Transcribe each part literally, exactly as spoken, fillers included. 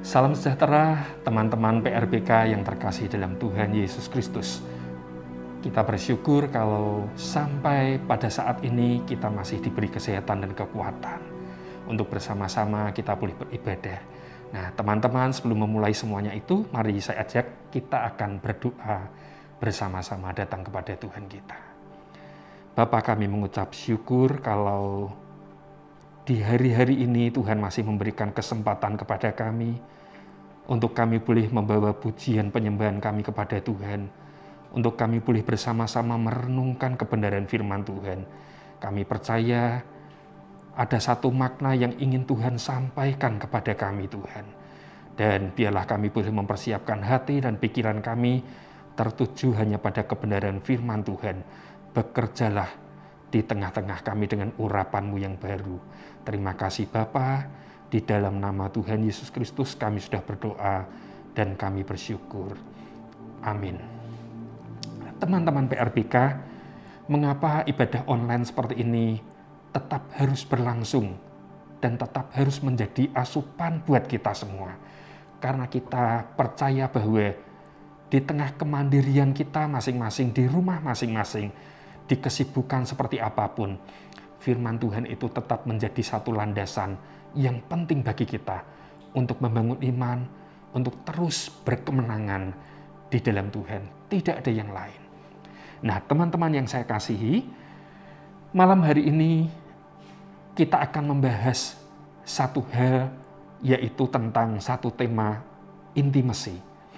Salam sejahtera teman-teman P R B K yang terkasih dalam Tuhan Yesus Kristus. Kita bersyukur kalau sampai pada saat ini kita masih diberi kesehatan dan kekuatan untuk bersama-sama kita boleh beribadah. Nah, teman-teman, sebelum memulai semuanya itu, mari saya ajak kita akan berdoa bersama-sama datang kepada Tuhan kita. Bapa, kami mengucap syukur kalau di hari-hari ini Tuhan masih memberikan kesempatan kepada kami untuk kami boleh membawa pujian penyembahan kami kepada Tuhan, untuk kami boleh bersama-sama merenungkan kebenaran firman Tuhan. Kami percaya ada satu makna yang ingin Tuhan sampaikan kepada kami, Tuhan. Dan biarlah kami boleh mempersiapkan hati dan pikiran kami tertuju hanya pada kebenaran firman Tuhan. Bekerjalah di tengah-tengah kami dengan urapan-Mu yang baru. Terima kasih Bapa, di dalam nama Tuhan Yesus Kristus kami sudah berdoa dan kami bersyukur. Amin. Teman-teman P R B K, mengapa ibadah online seperti ini tetap harus berlangsung dan tetap harus menjadi asupan buat kita semua? Karena kita percaya bahwa di tengah kemandirian kita masing-masing, di rumah masing-masing, di kesibukan seperti apapun, firman Tuhan itu tetap menjadi satu landasan yang penting bagi kita untuk membangun iman, untuk terus berkemenangan di dalam Tuhan. Tidak ada yang lain. Nah, teman-teman yang saya kasihi, malam hari ini kita akan membahas satu hal, yaitu tentang satu tema intimasi.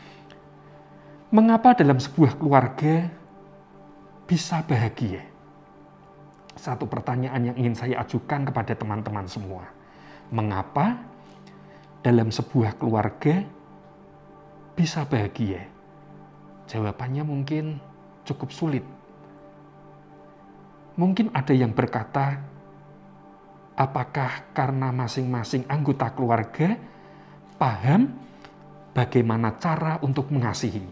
Mengapa dalam sebuah keluarga bisa bahagia? Satu pertanyaan yang ingin saya ajukan kepada teman-teman semua. Mengapa dalam sebuah keluarga bisa bahagia? Jawabannya mungkin cukup sulit. Mungkin ada yang berkata, apakah karena masing-masing anggota keluarga paham bagaimana cara untuk mengasihi?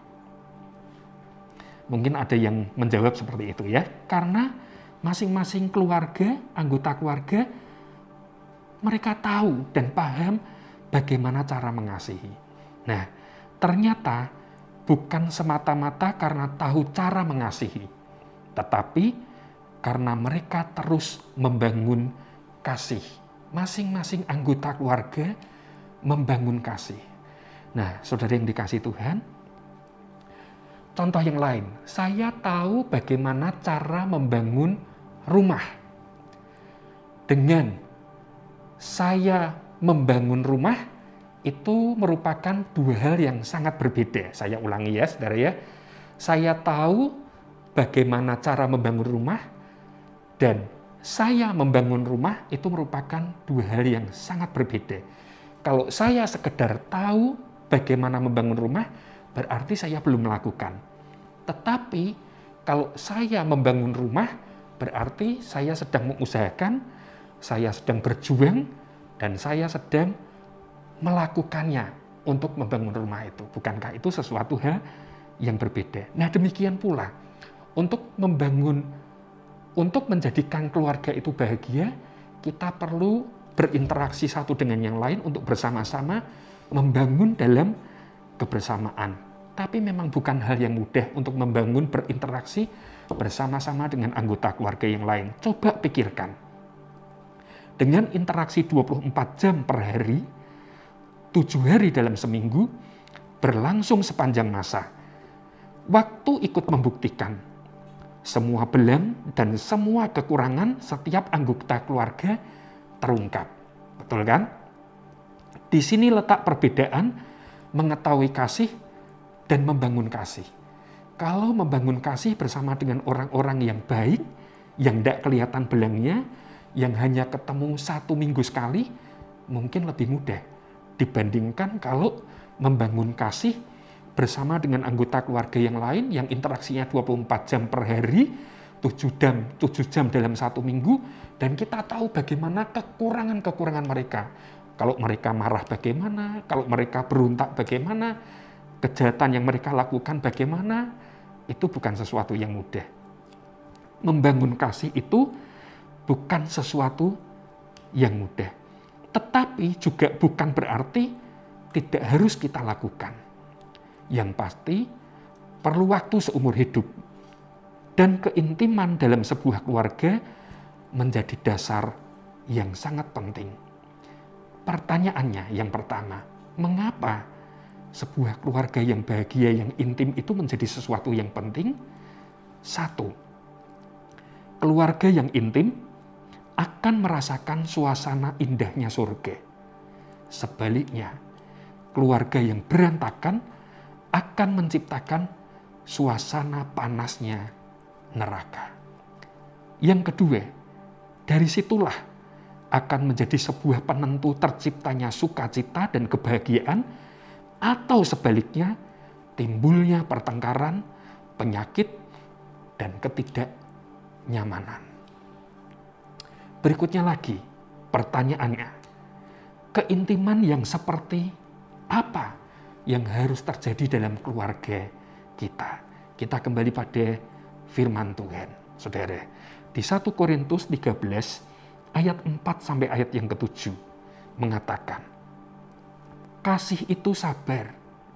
Mungkin ada yang menjawab seperti itu ya, karena masing-masing keluarga, anggota keluarga, mereka tahu dan paham bagaimana cara mengasihi. Nah, ternyata bukan semata-mata karena tahu cara mengasihi, tetapi karena mereka terus membangun kasih. Masing-masing anggota keluarga membangun kasih. Nah, saudara yang dikasihi Tuhan, contoh yang lain, saya tahu bagaimana cara membangun rumah. Dengan saya membangun rumah, itu merupakan dua hal yang sangat berbeda. Saya ulangi ya, saudara ya. Saya tahu bagaimana cara membangun rumah, dan saya membangun rumah itu merupakan dua hal yang sangat berbeda. Kalau saya sekedar tahu bagaimana membangun rumah, berarti saya belum melakukan. Tetapi kalau saya membangun rumah, berarti saya sedang mengusahakan, saya sedang berjuang, dan saya sedang melakukannya untuk membangun rumah itu. Bukankah itu sesuatu hal yang berbeda? Nah, demikian pula untuk membangun, untuk menjadikan keluarga itu bahagia, kita perlu berinteraksi satu dengan yang lain untuk bersama-sama membangun dalam kebersamaan. Tapi memang bukan hal yang mudah untuk membangun berinteraksi bersama-sama dengan anggota keluarga yang lain. Coba pikirkan. Dengan interaksi dua puluh empat jam per hari, tujuh hari dalam seminggu, berlangsung sepanjang masa. Waktu ikut membuktikan semua belang dan semua kekurangan setiap anggota keluarga terungkap. Betul kan? Di sini letak perbedaan mengetahui kasih dan membangun kasih. Kalau membangun kasih bersama dengan orang-orang yang baik, yang tidak kelihatan belangnya, yang hanya ketemu satu minggu sekali, mungkin lebih mudah dibandingkan kalau membangun kasih bersama dengan anggota keluarga yang lain yang interaksinya dua puluh empat jam per hari, tujuh jam, tujuh jam dalam satu minggu, dan kita tahu bagaimana kekurangan-kekurangan mereka. Kalau mereka marah bagaimana, kalau mereka berontak bagaimana, kejahatan yang mereka lakukan bagaimana, itu bukan sesuatu yang mudah. Membangun kasih itu bukan sesuatu yang mudah. Tetapi juga bukan berarti tidak harus kita lakukan. Yang pasti perlu waktu seumur hidup. Dan keintiman dalam sebuah keluarga menjadi dasar yang sangat penting. Pertanyaannya yang pertama, mengapa sebuah keluarga yang bahagia, yang intim itu menjadi sesuatu yang penting? Satu, keluarga yang intim akan merasakan suasana indahnya surga. Sebaliknya, keluarga yang berantakan akan menciptakan suasana panasnya neraka. Yang kedua, dari situlah akan menjadi sebuah penentu terciptanya sukacita dan kebahagiaan, atau sebaliknya timbulnya pertengkaran, penyakit, dan ketidaknyamanan. Berikutnya lagi, pertanyaannya, keintiman yang seperti apa yang harus terjadi dalam keluarga kita? Kita kembali pada firman Tuhan, saudara. Di satu Korintus tiga belas ayat empat sampai ayat yang ketujuh mengatakan, kasih itu sabar,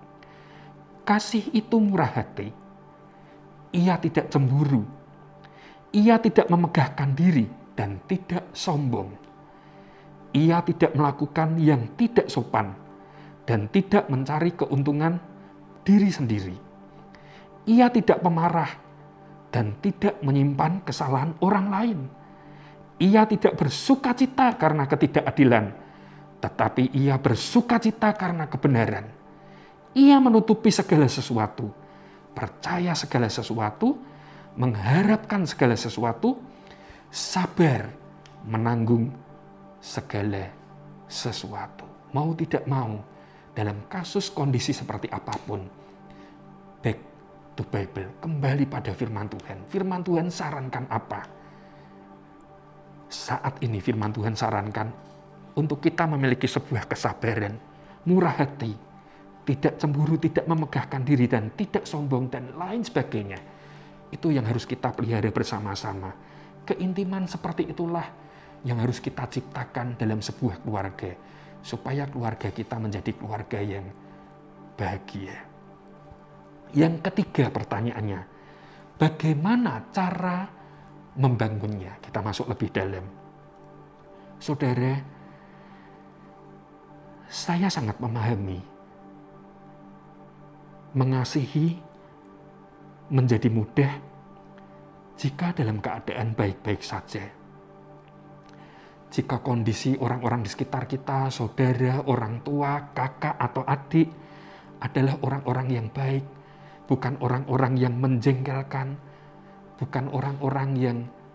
kasih itu murah hati, ia tidak cemburu, ia tidak memegahkan diri dan tidak sombong, ia tidak melakukan yang tidak sopan dan tidak mencari keuntungan diri sendiri, ia tidak pemarah dan tidak menyimpan kesalahan orang lain. Ia tidak bersukacita karena ketidakadilan, tetapi ia bersukacita karena kebenaran. Ia menutupi segala sesuatu, percaya segala sesuatu, mengharapkan segala sesuatu, sabar menanggung segala sesuatu. Mau tidak mau, dalam kasus kondisi seperti apapun, back to Bible, kembali pada firman Tuhan. Firman Tuhan sarankan apa? Saat ini firman Tuhan sarankan untuk kita memiliki sebuah kesabaran, murah hati, tidak cemburu, tidak memegahkan diri, dan tidak sombong, dan lain sebagainya. Itu yang harus kita pelihara bersama-sama. Keintiman seperti itulah yang harus kita ciptakan dalam sebuah keluarga, supaya keluarga kita menjadi keluarga yang bahagia. Yang ketiga pertanyaannya, bagaimana cara membangunnya? Kita masuk lebih dalam. Saudara, saya sangat memahami, mengasihi menjadi mudah jika dalam keadaan baik-baik saja. Jika kondisi orang-orang di sekitar kita, saudara, orang tua, kakak, atau adik adalah orang-orang yang baik, bukan orang-orang yang menjengkelkan, bukan orang-orang yang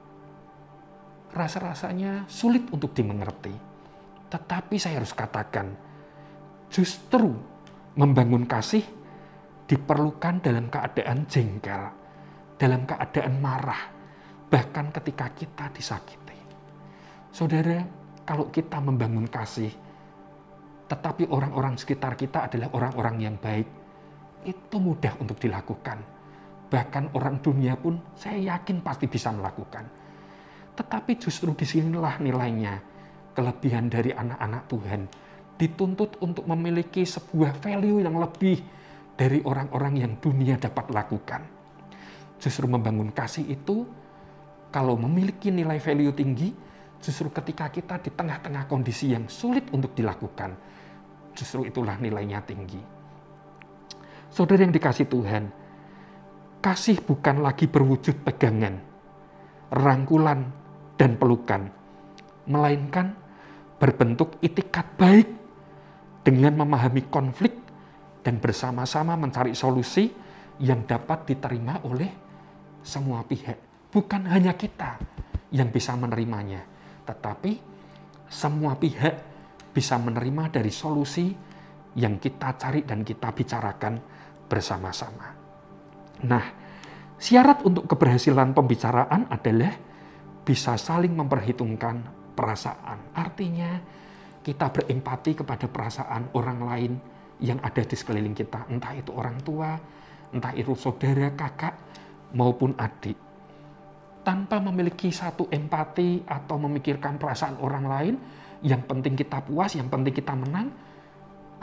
rasa-rasanya sulit untuk dimengerti. Tetapi saya harus katakan, justru membangun kasih diperlukan dalam keadaan jengkel, dalam keadaan marah, bahkan ketika kita disakiti. Saudara, kalau kita membangun kasih, tetapi orang-orang sekitar kita adalah orang-orang yang baik, itu mudah untuk dilakukan. Bahkan orang dunia pun saya yakin pasti bisa melakukan. Tetapi justru disinilah nilainya, kelebihan dari anak-anak Tuhan, dituntut untuk memiliki sebuah value yang lebih dari orang-orang yang dunia dapat lakukan. Justru membangun kasih itu, kalau memiliki nilai value tinggi, justru ketika kita di tengah-tengah kondisi yang sulit untuk dilakukan, justru itulah nilainya tinggi. Saudara yang dikasihi Tuhan, kasih bukan lagi berwujud pegangan, rangkulan, dan pelukan, melainkan berbentuk itikat baik dengan memahami konflik dan bersama-sama mencari solusi yang dapat diterima oleh semua pihak. Bukan hanya kita yang bisa menerimanya, tetapi semua pihak bisa menerima dari solusi yang kita cari dan kita bicarakan bersama-sama. Nah, syarat untuk keberhasilan pembicaraan adalah bisa saling memperhitungkan perasaan. Artinya, kita berempati kepada perasaan orang lain yang ada di sekeliling kita. Entah itu orang tua, entah itu saudara, kakak, maupun adik. Tanpa memiliki satu empati atau memikirkan perasaan orang lain, yang penting kita puas, yang penting kita menang,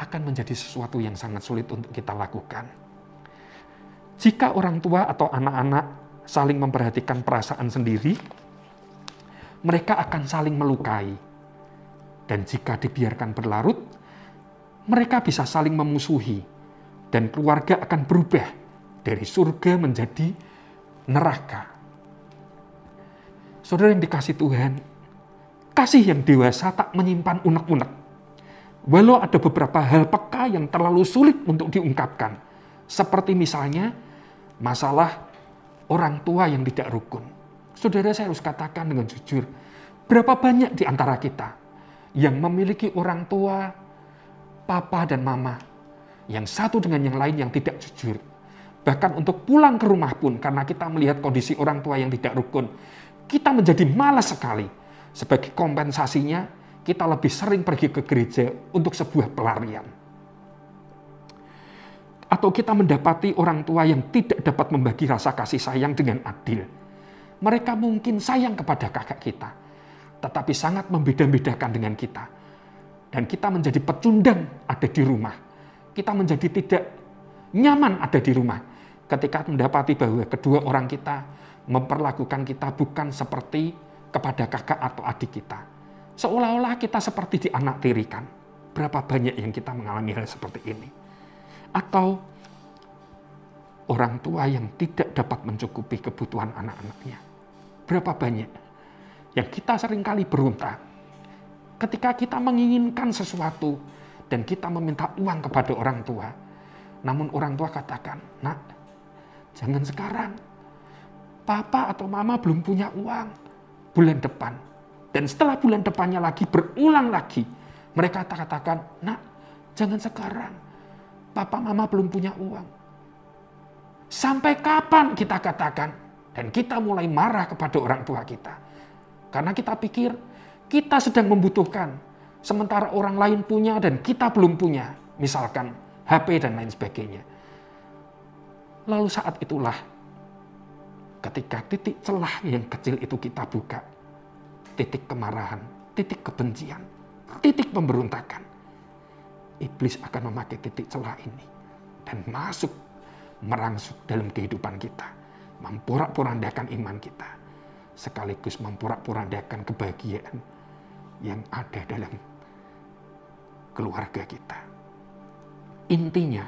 akan menjadi sesuatu yang sangat sulit untuk kita lakukan. Jika orang tua atau anak-anak saling memperhatikan perasaan sendiri, mereka akan saling melukai. Dan jika dibiarkan berlarut, mereka bisa saling memusuhi. Dan keluarga akan berubah dari surga menjadi neraka. Saudara yang dikasih Tuhan, kasih yang dewasa tak menyimpan unek-unek. Walau ada beberapa hal peka yang terlalu sulit untuk diungkapkan. Seperti misalnya masalah orang tua yang tidak rukun. Saudara, saya harus katakan dengan jujur, berapa banyak di antara kita yang memiliki orang tua, papa dan mama, yang satu dengan yang lain yang tidak jujur. Bahkan untuk pulang ke rumah pun, karena kita melihat kondisi orang tua yang tidak rukun, kita menjadi malas sekali. Sebagai kompensasinya, kita lebih sering pergi ke gereja untuk sebuah pelarian. Atau kita mendapati orang tua yang tidak dapat membagi rasa kasih sayang dengan adil. Mereka mungkin sayang kepada kakak kita, tetapi sangat membeda-bedakan dengan kita. Dan kita menjadi pecundang ada di rumah. Kita menjadi tidak nyaman ada di rumah ketika mendapati bahwa kedua orang kita memperlakukan kita bukan seperti kepada kakak atau adik kita. Seolah-olah kita seperti dianaktirikan. Berapa banyak yang kita mengalami hal seperti ini. Atau orang tua yang tidak dapat mencukupi kebutuhan anak-anaknya. Berapa banyak yang kita seringkali berontak ketika kita menginginkan sesuatu dan kita meminta uang kepada orang tua. Namun orang tua katakan, "Nak, jangan sekarang. Papa atau mama belum punya uang. Bulan depan." Dan setelah bulan depannya lagi, berulang lagi. Mereka katakan, "Nak, jangan sekarang. Papa mama belum punya uang." Sampai kapan kita katakan? Dan kita mulai marah kepada orang tua kita. Karena kita pikir kita sedang membutuhkan. Sementara orang lain punya dan kita belum punya. Misalkan H P dan lain sebagainya. Lalu saat itulah ketika titik celah yang kecil itu kita buka. Titik kemarahan, titik kebencian, titik pemberontakan. Iblis akan memakai titik celah ini dan masuk merangsuk dalam kehidupan kita, memporak-porandakan iman kita, sekaligus memporak-porandakan kebahagiaan yang ada dalam keluarga kita. Intinya,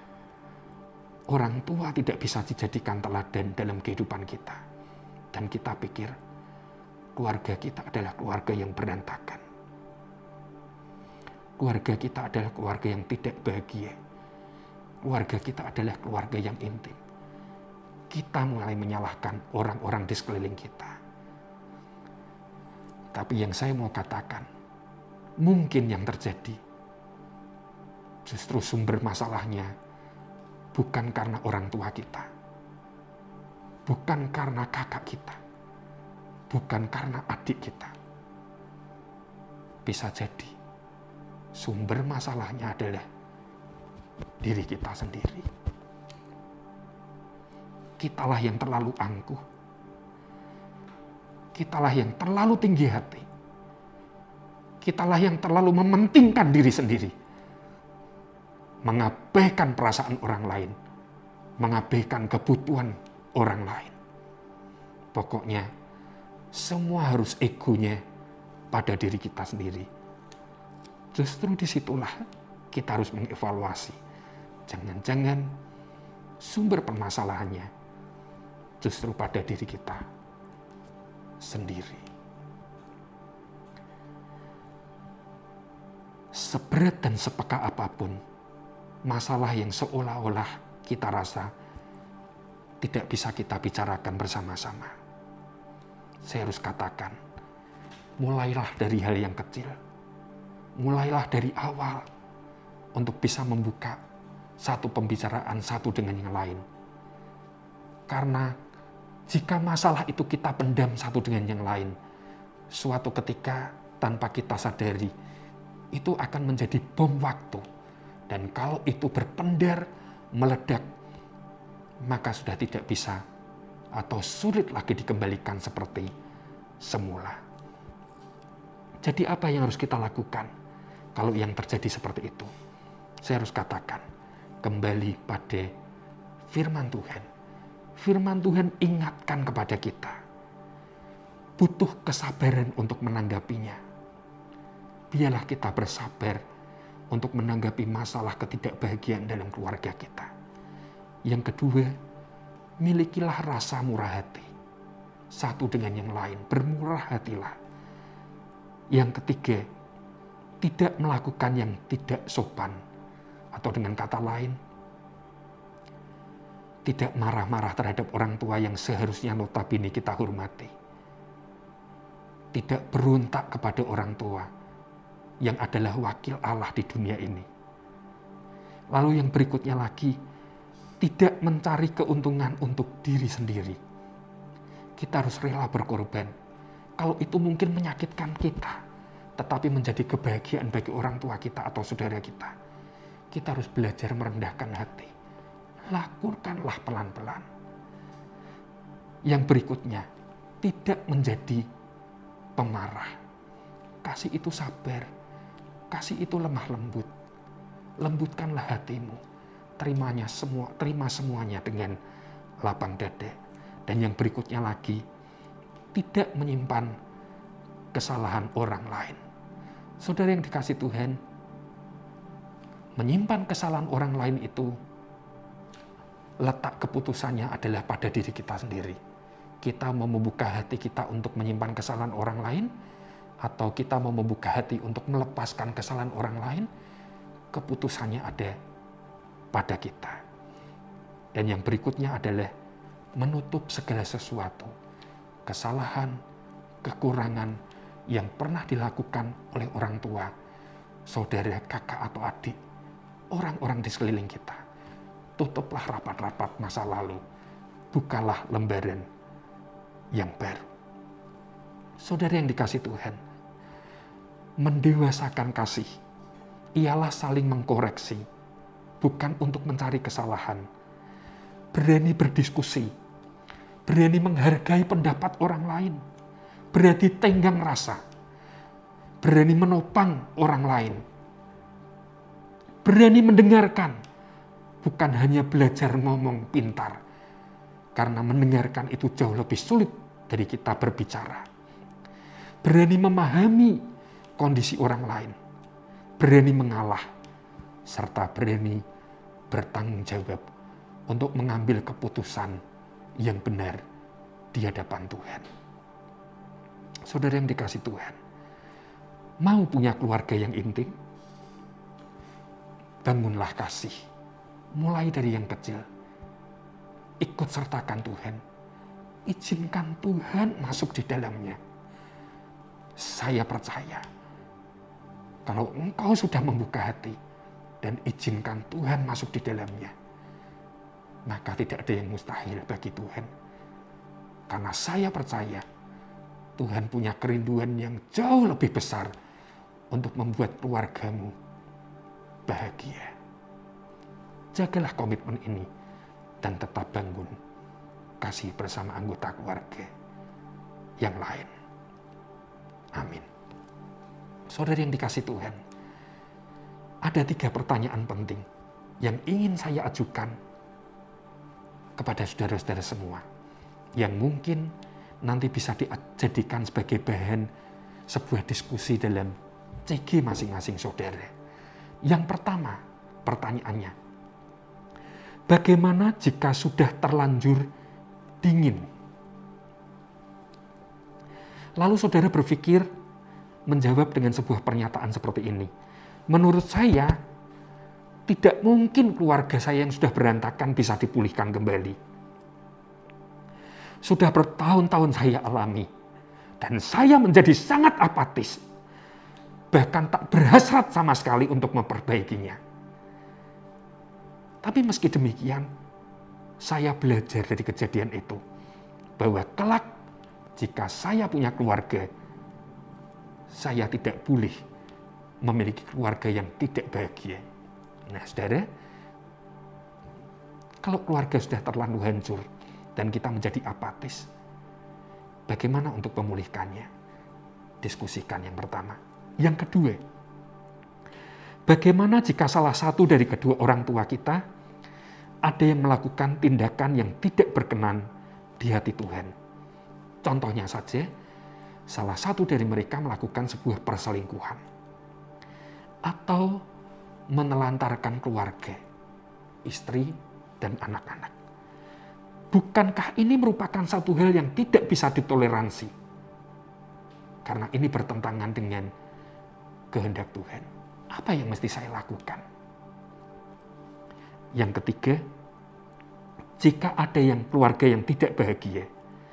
orang tua tidak bisa dijadikan teladan dalam kehidupan kita, dan kita pikir keluarga kita adalah keluarga yang berantakan. Keluarga kita adalah keluarga yang tidak bahagia. Keluarga kita adalah keluarga yang intim. Kita mulai menyalahkan orang-orang di sekeliling kita. Tapi yang saya mau katakan, mungkin yang terjadi justru sumber masalahnya bukan karena orang tua kita, bukan karena kakak kita, bukan karena adik kita. Bisa jadi sumber masalahnya adalah diri kita sendiri. Kitalah yang terlalu angkuh. Kitalah yang terlalu tinggi hati. Kitalah yang terlalu mementingkan diri sendiri. Mengabaikan perasaan orang lain. Mengabaikan kebutuhan orang lain. Pokoknya semua harus egonya pada diri kita sendiri. Justru disitulah kita harus mengevaluasi. Jangan-jangan sumber permasalahannya justru pada diri kita sendiri. Seberat dan sepeka apapun masalah yang seolah-olah kita rasa tidak bisa kita bicarakan bersama-sama, saya harus katakan, mulailah dari hal yang kecil. Mulailah dari awal untuk bisa membuka satu pembicaraan satu dengan yang lain. Karena jika masalah itu kita pendam satu dengan yang lain, suatu ketika tanpa kita sadari, itu akan menjadi bom waktu. Dan kalau itu berpendar, meledak, maka sudah tidak bisa atau sulit lagi dikembalikan seperti semula. Jadi apa yang harus kita lakukan kalau yang terjadi seperti itu? Saya harus katakan, kembali pada firman Tuhan. Firman Tuhan ingatkan kepada kita, butuh kesabaran untuk menanggapinya. Biarlah kita bersabar untuk menanggapi masalah ketidakbahagiaan dalam keluarga kita. Yang kedua, milikilah rasa murah hati. Satu dengan yang lain, bermurah hatilah. Yang ketiga, tidak melakukan yang tidak sopan. Atau dengan kata lain, tidak marah-marah terhadap orang tua yang seharusnya notabene kita hormati. Tidak berontak kepada orang tua yang adalah wakil Allah di dunia ini. Lalu yang berikutnya lagi, tidak mencari keuntungan untuk diri sendiri. Kita harus rela berkorban. Kalau itu mungkin menyakitkan kita, tetapi menjadi kebahagiaan bagi orang tua kita atau saudara kita. Kita harus belajar merendahkan hati. Lakukanlah pelan-pelan. Yang berikutnya, tidak menjadi pemarah. Kasih itu sabar. Kasih itu lemah lembut. Lembutkanlah hatimu. Terimanya semua, terima semuanya dengan lapang dada. Dan yang berikutnya lagi, tidak menyimpan kesalahan orang lain. Saudara yang dikasih Tuhan, menyimpan kesalahan orang lain itu, letak keputusannya adalah pada diri kita sendiri. Kita mau membuka hati kita untuk menyimpan kesalahan orang lain, atau kita mau membuka hati untuk melepaskan kesalahan orang lain, keputusannya ada pada kita. Dan yang berikutnya adalah menutup segala sesuatu, kesalahan, kekurangan yang pernah dilakukan oleh orang tua, saudara, kakak atau adik, orang-orang di sekeliling kita. Tutuplah rapat-rapat masa lalu, bukalah lembaran yang baru. Saudara yang dikasih Tuhan, mendewasakan kasih ialah saling mengkoreksi, bukan untuk mencari kesalahan. Berani berdiskusi, berani menghargai pendapat orang lain, berani tenggang rasa, berani menopang orang lain, berani mendengarkan, bukan hanya belajar ngomong pintar, karena mendengarkan itu jauh lebih sulit dari kita berbicara. Berani memahami kondisi orang lain, berani mengalah, serta berani bertanggung jawab untuk mengambil keputusan yang benar di hadapan Tuhan. Saudara yang dikasih Tuhan, mau punya keluarga yang intim? Bangunlah kasih, mulai dari yang kecil. Ikut sertakan Tuhan, izinkan Tuhan masuk di dalamnya. Saya percaya, kalau engkau sudah membuka hati dan izinkan Tuhan masuk di dalamnya, maka tidak ada yang mustahil bagi Tuhan. Karena saya percaya, Tuhan punya kerinduan yang jauh lebih besar untuk membuat keluargamu bahagia. Jagalah komitmen ini dan tetap bangun kasih bersama anggota keluarga yang lain. Amin. Saudara yang dikasih Tuhan, ada tiga pertanyaan penting yang ingin saya ajukan kepada saudara-saudara semua, yang mungkin nanti bisa dijadikan sebagai bahan sebuah diskusi dalam C G masing-masing saudara. Yang pertama, pertanyaannya, bagaimana jika sudah terlanjur dingin? Lalu saudara berpikir menjawab dengan sebuah pernyataan seperti ini. Menurut saya, tidak mungkin keluarga saya yang sudah berantakan bisa dipulihkan kembali. Sudah bertahun-tahun saya alami, dan saya menjadi sangat apatis, bahkan tak berhasrat sama sekali untuk memperbaikinya. Tapi meski demikian, saya belajar dari kejadian itu, bahwa kelak jika saya punya keluarga, saya tidak boleh memiliki keluarga yang tidak bahagia. Nah, saudara, kalau keluarga sudah terlalu hancur dan kita menjadi apatis, bagaimana untuk memulihkannya? Diskusikan yang pertama. Yang kedua, Bagaimana jika salah satu dari kedua orang tua kita ada yang melakukan tindakan yang tidak berkenan di hati Tuhan? Contohnya saja, salah satu dari mereka melakukan sebuah perselingkuhan atau menelantarkan keluarga, istri, dan anak-anak. Bukankah ini merupakan satu hal yang tidak bisa ditoleransi? Karena ini bertentangan dengan kehendak Tuhan. Apa yang mesti saya lakukan? Yang ketiga, jika ada yang keluarga yang tidak bahagia,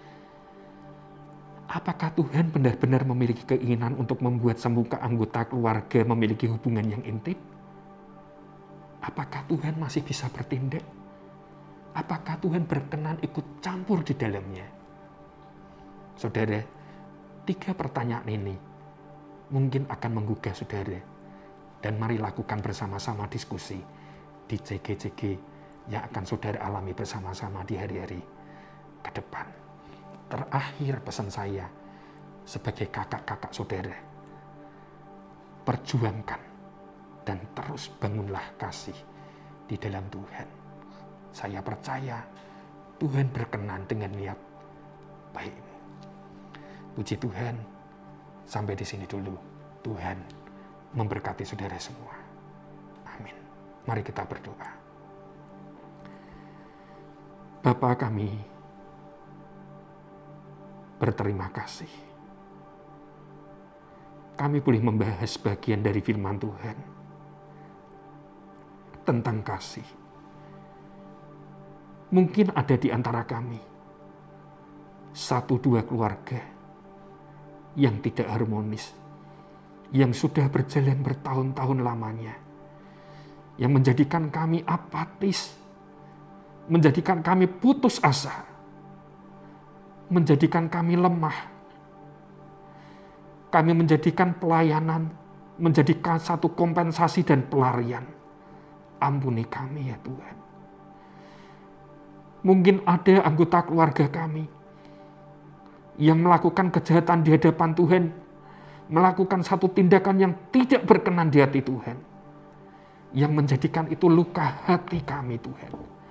apakah Tuhan benar-benar memiliki keinginan untuk membuat semua anggota keluarga memiliki hubungan yang intim? Apakah Tuhan masih bisa bertindak? Apakah Tuhan berkenan ikut campur di dalamnya? Saudara, tiga pertanyaan ini mungkin akan menggugah saudara. Dan mari lakukan bersama-sama diskusi di C G C G yang akan saudara alami bersama-sama di hari-hari ke depan. Terakhir pesan saya sebagai kakak-kakak saudara, perjuangkan dan terus bangunlah kasih di dalam Tuhan. Saya percaya Tuhan berkenan dengan niat baikmu. Puji Tuhan, sampai di sini dulu. Tuhan memberkati saudara semua. Amin. Mari kita berdoa. Bapa kami, berterima kasih. Kami boleh membahas bagian dari firman Tuhan tentang kasih. Mungkin ada di antara kami satu dua keluarga yang tidak harmonis, yang sudah berjalan bertahun-tahun lamanya, yang menjadikan kami apatis, menjadikan kami putus asa, menjadikan kami lemah. Kami menjadikan pelayanan menjadikan satu kompensasi dan pelarian. Ampuni kami ya Tuhan. Mungkin ada anggota keluarga kami yang melakukan kejahatan di hadapan Tuhan, melakukan satu tindakan yang tidak berkenan di hati Tuhan, yang menjadikan itu luka hati kami Tuhan.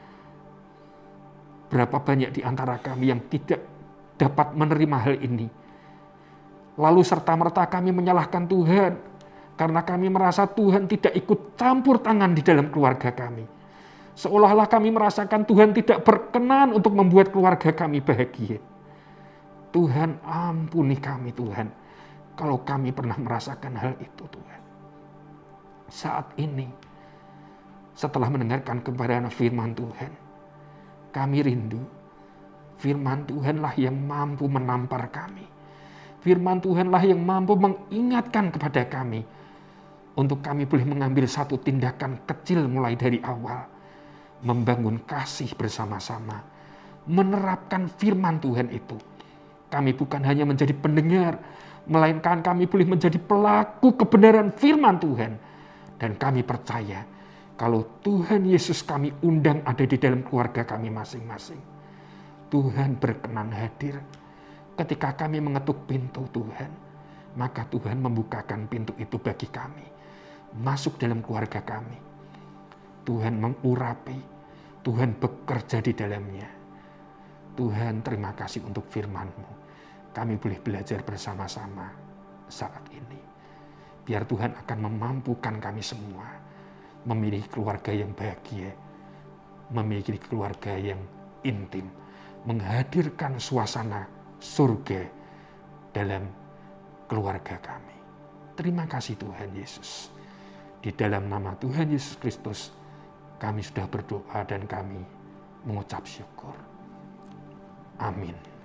Berapa banyak di antara kami yang tidak dapat menerima hal ini, lalu serta-merta kami menyalahkan Tuhan, karena kami merasa Tuhan tidak ikut campur tangan di dalam keluarga kami. Seolah-olah kami merasakan Tuhan tidak berkenan untuk membuat keluarga kami bahagia. Tuhan, ampuni kami Tuhan, kalau kami pernah merasakan hal itu Tuhan. Saat ini, setelah mendengarkan kebenaran firman Tuhan, kami rindu firman Tuhanlah yang mampu menampar kami. Firman Tuhanlah yang mampu mengingatkan kepada kami untuk kami boleh mengambil satu tindakan kecil mulai dari awal, membangun kasih bersama-sama, menerapkan firman Tuhan itu. Kami bukan hanya menjadi pendengar, melainkan kami boleh menjadi pelaku kebenaran firman Tuhan. Dan kami percaya kalau Tuhan Yesus kami undang ada di dalam keluarga kami masing-masing, Tuhan berkenan hadir. Ketika kami mengetuk pintu Tuhan, maka Tuhan membukakan pintu itu bagi kami, masuk dalam keluarga kami. Tuhan mengurapi, Tuhan bekerja di dalamnya. Tuhan, terima kasih untuk firman-Mu. Kami boleh belajar bersama-sama saat ini. Biar Tuhan akan memampukan kami semua memiliki keluarga yang bahagia, memiliki keluarga yang intim, menghadirkan suasana surga dalam keluarga kami. Terima kasih Tuhan Yesus. Di dalam nama Tuhan Yesus Kristus, kami sudah berdoa dan kami mengucap syukur. Amin.